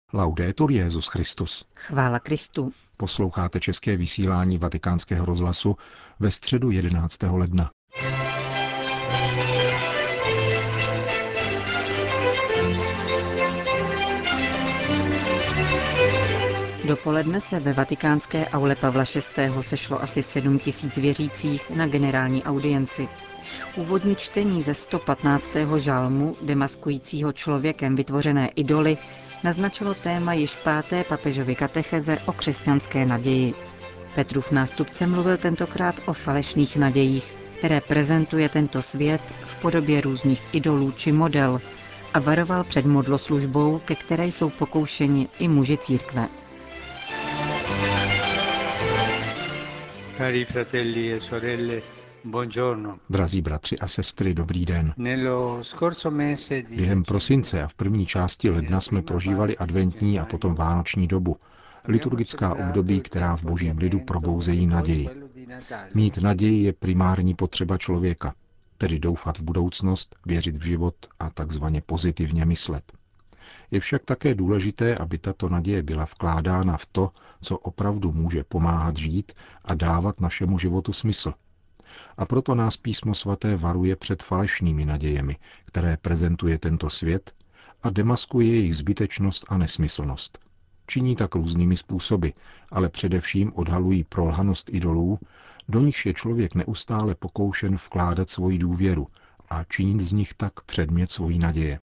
Laudetur Jesus Christus. Chvála Kristu. Posloucháte české vysílání Vatikánského rozhlasu ve středu 11. ledna. Dopoledne se ve vatikánské aule Pavla VI. Sešlo asi 7 000 věřících na generální audienci. Úvodní čtení ze 115. žalmu, demaskujícího člověkem vytvořené idoly, naznačilo téma již 5. papežovy katecheze o křesťanské naději. Petrův nástupce mluvil tentokrát o falešných nadějích, které prezentuje tento svět v podobě různých idolů či model, a varoval před modloslužbou, ke které jsou pokoušeni i muži církve. Cari fratelli e sorelle, buongiorno. Drazí bratři a sestry, dobrý den. Během prosince a v první části ledna jsme prožívali adventní a potom vánoční dobu, liturgická období, která v božím lidu probouzejí naději. Mít naději je primární potřeba člověka, tedy doufat v budoucnost, věřit v život a takzvaně pozitivně myslet. Je však také důležité, aby tato naděje byla vkládána v to, co opravdu může pomáhat žít a dávat našemu životu smysl. A proto nás Písmo svaté varuje před falešnými nadějemi, které prezentuje tento svět, a demaskuje jejich zbytečnost a nesmyslnost. Činí tak různými způsoby, ale především odhalují prolhanost idolů, do nichž je člověk neustále pokoušen vkládat svoji důvěru a činit z nich tak předmět svojí naděje.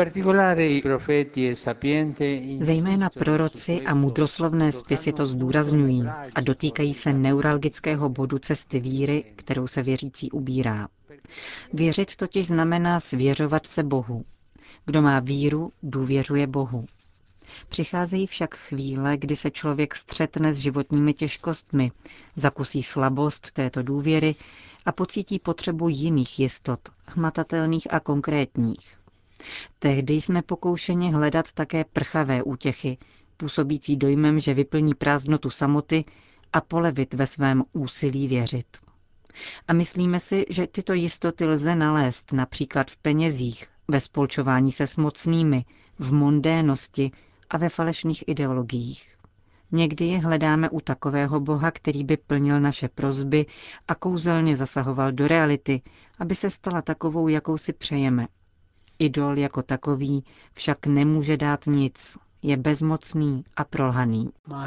Zejména proroci a mudroslovné spisy to zdůrazňují a dotýkají se neuralgického bodu cesty víry, kterou se věřící ubírá. Věřit totiž znamená svěřovat se Bohu. Kdo má víru, důvěřuje Bohu. Přicházejí však chvíle, kdy se člověk střetne s životními těžkostmi, zakusí slabost této důvěry a pocítí potřebu jiných jistot, hmatatelných a konkrétních. Tehdy jsme pokoušeni hledat také prchavé útěchy, působící dojmem, že vyplní prázdnotu samoty a polevit ve svém úsilí věřit. A myslíme si, že tyto jistoty lze nalézt například v penězích, ve spolčování se s mocnými, v mondénosti a ve falešných ideologiích. Někdy je hledáme u takového Boha, který by plnil naše prosby a kouzelně zasahoval do reality, aby se stala takovou, jakou si přejeme. Idol jako takový však nemůže dát nic, je bezmocný a prolhaný.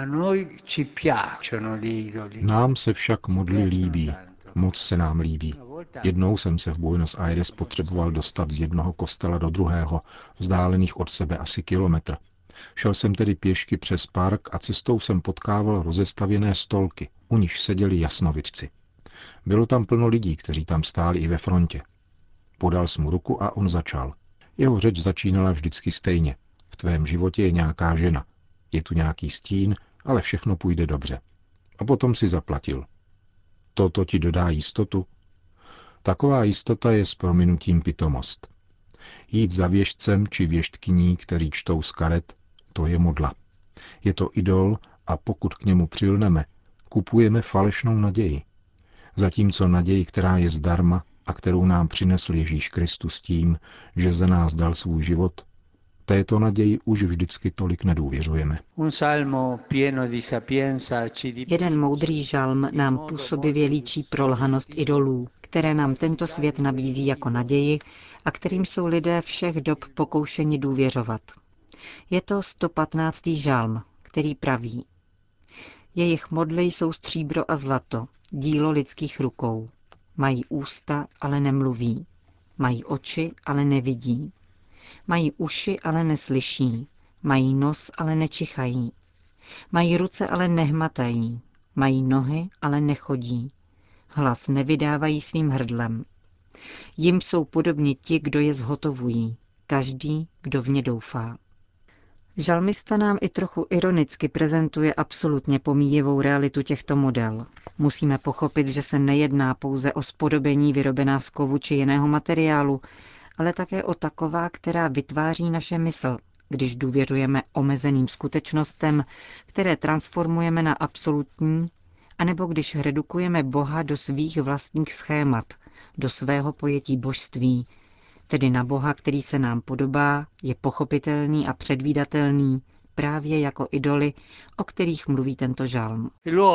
Nám se však modly líbí, moc se nám líbí. Jednou jsem se v Buenos Aires potřeboval dostat z jednoho kostela do druhého, vzdálených od sebe asi kilometr. Šel jsem tedy pěšky přes park a cestou jsem potkával rozestavěné stolky, u nichž seděli jasnovidci. Bylo tam plno lidí, kteří tam stáli i ve frontě. Podal jsem mu ruku a on začal. Jeho řeč začínala vždycky stejně. V tvém životě je nějaká žena. Je tu nějaký stín, ale všechno půjde dobře. A potom si zaplatil. Toto ti dodá jistotu? Taková jistota je s prominutím pitomost. Jít za věštcem či věštkyní, který čtou z karet, to je modla. Je to idol a pokud k němu přilneme, kupujeme falešnou naději. Zatímco naději, která je zdarma a kterou nám přinesl Ježíš Kristus tím, že za nás dal svůj život, této naději už vždycky tolik nedůvěřujeme. Jeden moudrý žalm nám působivě líčí prolhanost idolů, které nám tento svět nabízí jako naději a kterým jsou lidé všech dob pokoušeni důvěřovat. Je to 115. žalm, který praví: Jejich modly jsou stříbro a zlato, dílo lidských rukou. Mají ústa, ale nemluví. Mají oči, ale nevidí. Mají uši, ale neslyší. Mají nos, ale nečichají. Mají ruce, ale nehmatají. Mají nohy, ale nechodí. Hlas nevydávají svým hrdlem. Jim jsou podobni ti, kdo je zhotovují. Každý, kdo v ně doufá. Žalmista nám i trochu ironicky prezentuje absolutně pomíjivou realitu těchto model. Musíme pochopit, že se nejedná pouze o spodobení vyrobená z kovu či jiného materiálu, ale také o taková, která vytváří naše mysl, když důvěřujeme omezeným skutečnostem, které transformujeme na absolutní, anebo když redukujeme Boha do svých vlastních schémat, do svého pojetí božství, tedy na Boha, který se nám podobá, je pochopitelný a předvídatelný, právě jako idoly, o kterých mluví tento žalm.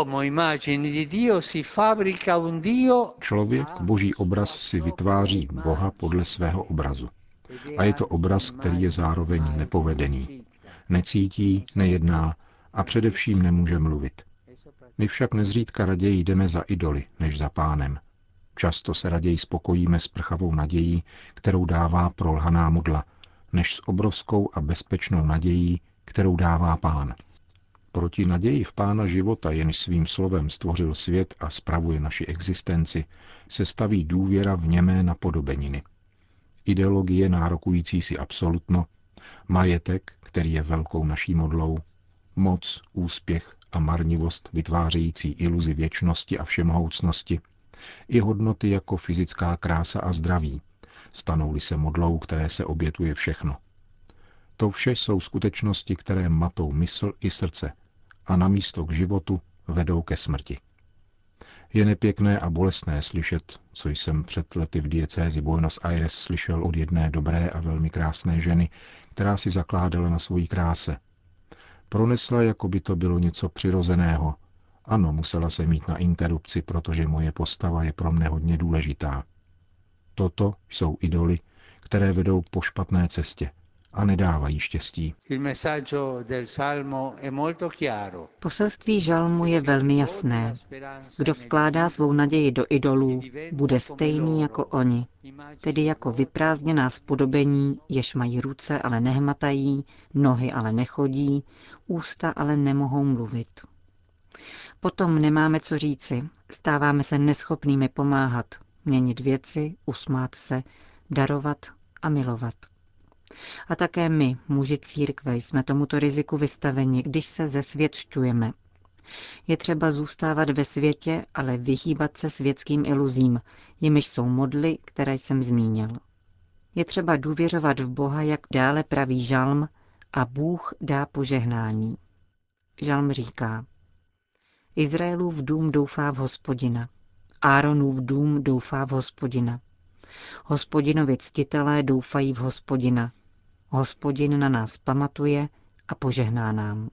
Člověk, boží obraz, si vytváří Boha podle svého obrazu. A je to obraz, který je zároveň nepovedený. Necítí, nejedná a především nemůže mluvit. My však nezřídka raději jdeme za idoly, než za Pánem. Často se raději spokojíme s prchavou nadějí, kterou dává prolhaná modla, než s obrovskou a bezpečnou nadějí, kterou dává Pán. Proti naději v Pána života, jenž svým slovem stvořil svět a spravuje naši existenci, se staví důvěra v němé napodobeniny. Ideologie nárokující si absolutno, majetek, který je velkou naší modlou, moc, úspěch a marnivost vytvářející iluzi věčnosti a všemohoucnosti, i hodnoty jako fyzická krása a zdraví, stanou-li se modlou, které se obětuje všechno. To vše jsou skutečnosti, které matou mysl i srdce a namísto k životu vedou ke smrti. Je nepěkné a bolestné slyšet, co jsem před lety v diecézi Buenos Aires slyšel od jedné dobré a velmi krásné ženy, která si zakládala na svojí kráse. Pronesla, jako by to bylo něco přirozeného. Ano, musela jsem mít na interrupci, protože moje postava je pro mne hodně důležitá. Toto jsou idoly, které vedou po špatné cestě a nedávají štěstí. Poselství žalmu je velmi jasné. Kdo vkládá svou naději do idolů, bude stejný jako oni, tedy jako vyprázdněná spodobení, jež mají ruce, ale nehmatají, nohy, ale nechodí, ústa, ale nemohou mluvit. Potom nemáme co říci, stáváme se neschopnými pomáhat, měnit věci, usmát se, darovat a milovat. A také my, muži církve, jsme tomuto riziku vystaveni, když se zesvětšťujeme. Je třeba zůstávat ve světě, ale vyhýbat se světským iluzím, jimiž jsou modly, které jsem zmínil. Je třeba důvěřovat v Boha, jak dále praví žalm, a Bůh dá požehnání. Žalm říká: Izraelův dům doufá v Hospodina, Áronův dům doufá v Hospodina. Hospodinovi ctitelé doufají v Hospodina. Hospodin na nás pamatuje a požehná nám.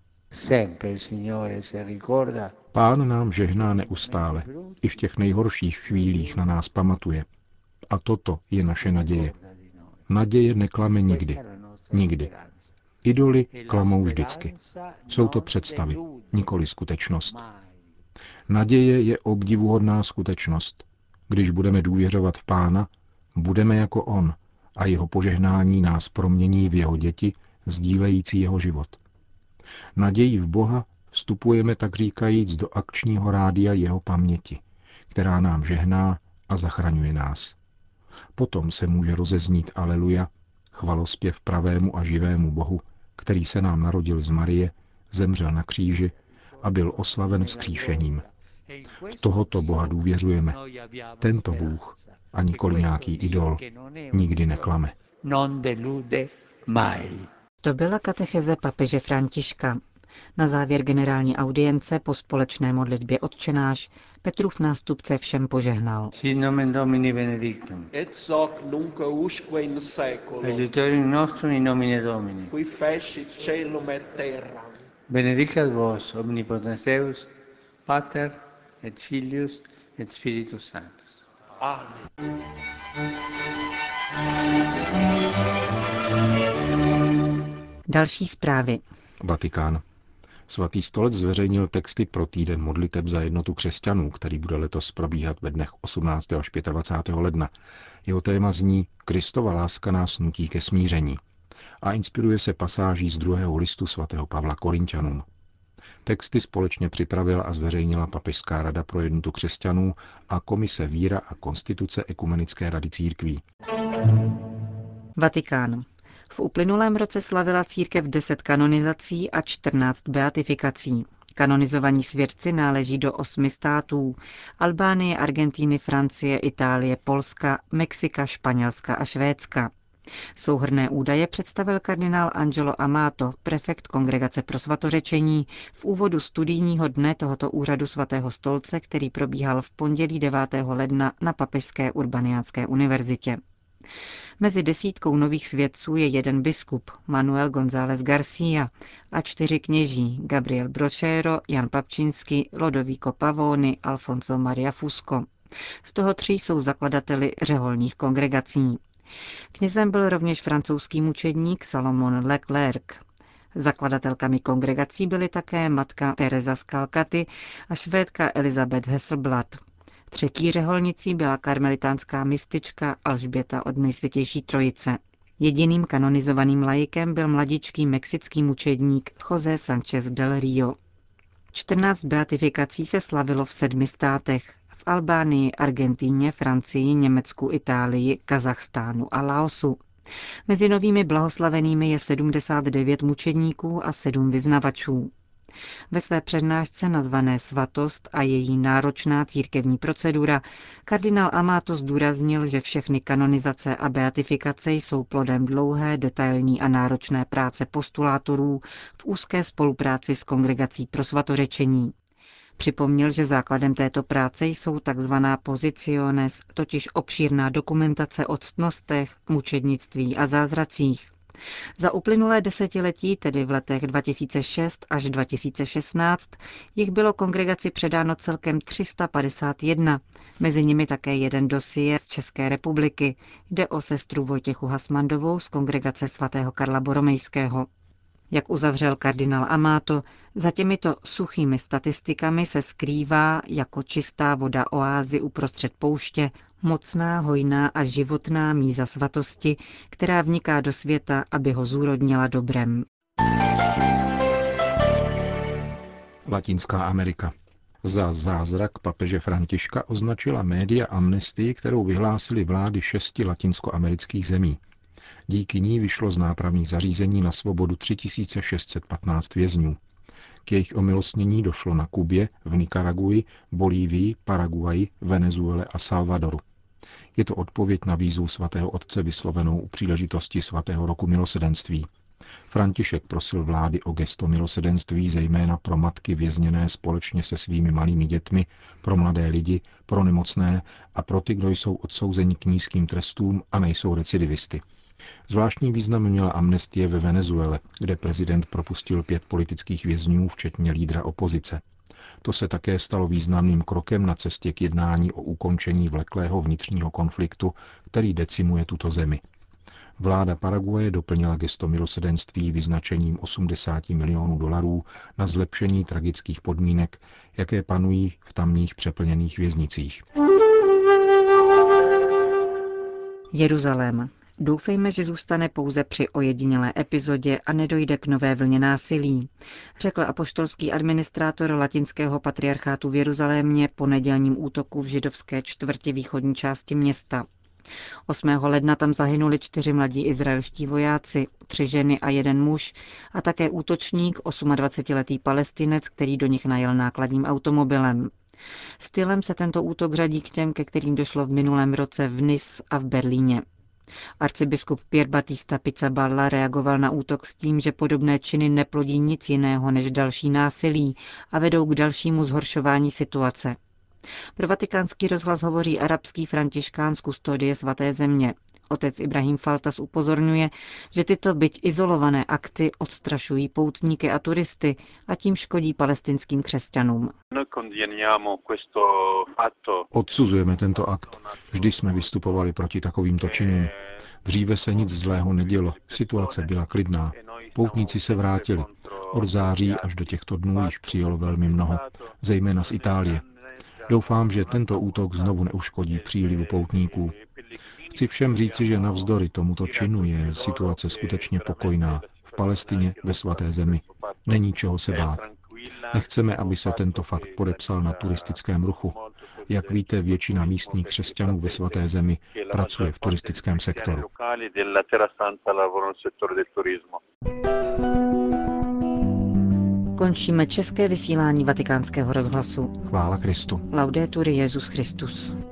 Pán nám žehná neustále, i v těch nejhorších chvílích na nás pamatuje. A toto je naše naděje. Naděje neklame nikdy. Nikdy. Idoly klamou vždycky. Jsou to představy, nikoli skutečnost. Naděje je obdivuhodná skutečnost. Když budeme důvěřovat v Pána, budeme jako on a jeho požehnání nás promění v jeho děti, sdílející jeho život. Nadějí v Boha vstupujeme tak říkajíc do akčního rádia jeho paměti, která nám žehná a zachraňuje nás. Potom se může rozeznít aleluja, chvalospěv pravému a živému Bohu, který se nám narodil z Marie, zemřel na kříži a byl oslaven vzkříšením. V tohoto Boha důvěřujeme. Tento Bůh, a nikoli nějaký idol, nikdy neklame. To byla katecheze papeže Františka. Na závěr generální audience po společné modlitbě Otčenáš Petrův nástupce všem požehnal. Sit nomen Domini benedictum. Et hoc nunc usque in seculum. Aiutorium nostrum in nomine Domini. Qui fecit caelum et terram. Benedicat vos omnipotens Deus, Pater et Filius et Spiritus Sanctus. Amen. Další zprávy. Vatikán. Svatý stolec zveřejnil texty pro týden modliteb za jednotu křesťanů, který bude letos probíhat ve dnech 18. až 25. ledna. Jeho téma zní Kristova láska nás nutí ke smíření a inspiruje se pasáží z 2. listu svatého Pavla Korinťanům. Texty společně připravila a zveřejnila Papežská rada pro jednotu křesťanů a Komise víra a konstituce Ekumenické rady církví. Vatikán. V uplynulém roce slavila církev 10 kanonizací a 14 beatifikací. Kanonizovaní svědci náleží do 8 států: Albánie, Argentíny, Francie, Itálie, Polska, Mexika, Španělska a Švédska. Souhrnné údaje představil kardinál Angelo Amato, prefekt Kongregace pro svatořečení, v úvodu studijního dne tohoto úřadu svatého stolce, který probíhal v pondělí 9. ledna na Papežské urbaniánské univerzitě. Mezi desítkou nových svědců je jeden biskup, Manuel González García, a 4 kněží, Gabriel Brochero, Jan Papčinský, Lodovico Pavoni, Alfonso Maria Fusco. Z toho 3 jsou zakladateli řeholních kongregací. Knězem byl rovněž francouzský mučedník Salomon Leclerc. Zakladatelkami kongregací byly také matka Teresa z Kalkaty a švédka Elizabeth Hasselblad. 3. řeholnicí byla karmelitánská mistička Alžběta od Nejsvětější Trojice. Jediným kanonizovaným laikem byl mladičký mexický mučedník José Sanchez del Rio. 14 beatifikací se slavilo v 7 státech. V Albánii, Argentíně, Francii, Německu, Itálii, Kazachstánu a Laosu. Mezi novými blahoslavenými je 79 mučedníků a 7 vyznavačů. Ve své přednášce nazvané Svatost a její náročná církevní procedura kardinál Amato zdůraznil, že všechny kanonizace a beatifikace jsou plodem dlouhé, detailní a náročné práce postulátorů v úzké spolupráci s Kongregací pro svatořečení. Připomněl, že základem této práce jsou tzv. Positiones, totiž obšírná dokumentace o ctnostech, mučednictví a zázracích. Za uplynulé desetiletí, tedy v letech 2006 až 2016, jich bylo kongregaci předáno celkem 351, mezi nimi také jeden dosie z České republiky. Jde o sestru Vojtěchu Hasmandovou z kongregace svatého Karla Boromejského. Jak uzavřel kardinál Amato, za těmito suchými statistikami se skrývá jako čistá voda oázy uprostřed pouště, mocná, hojná a životná míza svatosti, která vniká do světa, aby ho zúrodnila dobrem. Latinská Amerika. Za zázrak papeže Františka označila média amnestii, kterou vyhlásily vlády 6 latinskoamerických zemí. Díky ní vyšlo z nápravných zařízení na svobodu 3615 vězňů. K jejich omilostnění došlo na Kubě, v Nikaraguji, Bolívii, Paraguaji, Venezuele a Salvadoru. Je to odpověď na výzvu svatého otce vyslovenou u příležitosti svatého roku milosedenství. František prosil vlády o gesto milosedenství zejména pro matky vězněné společně se svými malými dětmi, pro mladé lidi, pro nemocné a pro ty, kdo jsou odsouzeni k nízkým trestům a nejsou recidivisty. Zvláštní význam měla amnestie ve Venezuele, kde prezident propustil 5 politických vězňů, včetně lídra opozice. To se také stalo významným krokem na cestě k jednání o ukončení vleklého vnitřního konfliktu, který decimuje tuto zemi. Vláda Paraguaje doplnila gesto milosedenství vyznačením $80 milionů na zlepšení tragických podmínek, jaké panují v tamních přeplněných věznicích. Jeruzalém. Doufejme, že zůstane pouze při ojedinělé epizodě a nedojde k nové vlně násilí, řekl apoštolský administrátor latinského patriarchátu v Jeruzalémě po nedělním útoku v židovské čtvrti východní části města. 8. ledna tam zahynuli 4 mladí izraelští vojáci, 3 ženy a 1 muž a také útočník, 28letý Palestinec, který do nich najel nákladním automobilem. Stylem se tento útok řadí k těm, ke kterým došlo v minulém roce v Nice a v Berlíně. Arcibiskup Pier Battista Pizzaballa reagoval na útok s tím, že podobné činy neplodí nic jiného než další násilí a vedou k dalšímu zhoršování situace. Pro Vatikánský rozhlas hovoří arabský františkán z kustodie svaté země. Otec Ibrahim Faltas upozorňuje, že tyto byť izolované akty odstrašují poutníky a turisty a tím škodí palestinským křesťanům. Odsuzujeme tento akt. Vždy jsme vystupovali proti takovýmto činům. Dříve se nic zlého nedělo, situace byla klidná. Poutníci se vrátili. Od září až do těchto dnů jich přijelo velmi mnoho, zejména z Itálie. Doufám, že tento útok znovu neuškodí přílivu poutníků. Chci všem říci, že navzdory tomuto činu je situace skutečně pokojná. V Palestině, ve svaté zemi. Není čeho se bát. Nechceme, aby se tento fakt podepsal na turistickém ruchu. Jak víte, většina místních křesťanů ve svaté zemi pracuje v turistickém sektoru. Končíme české vysílání Vatikánského rozhlasu. Chvála Kristu. Laudetur Jesus Christus.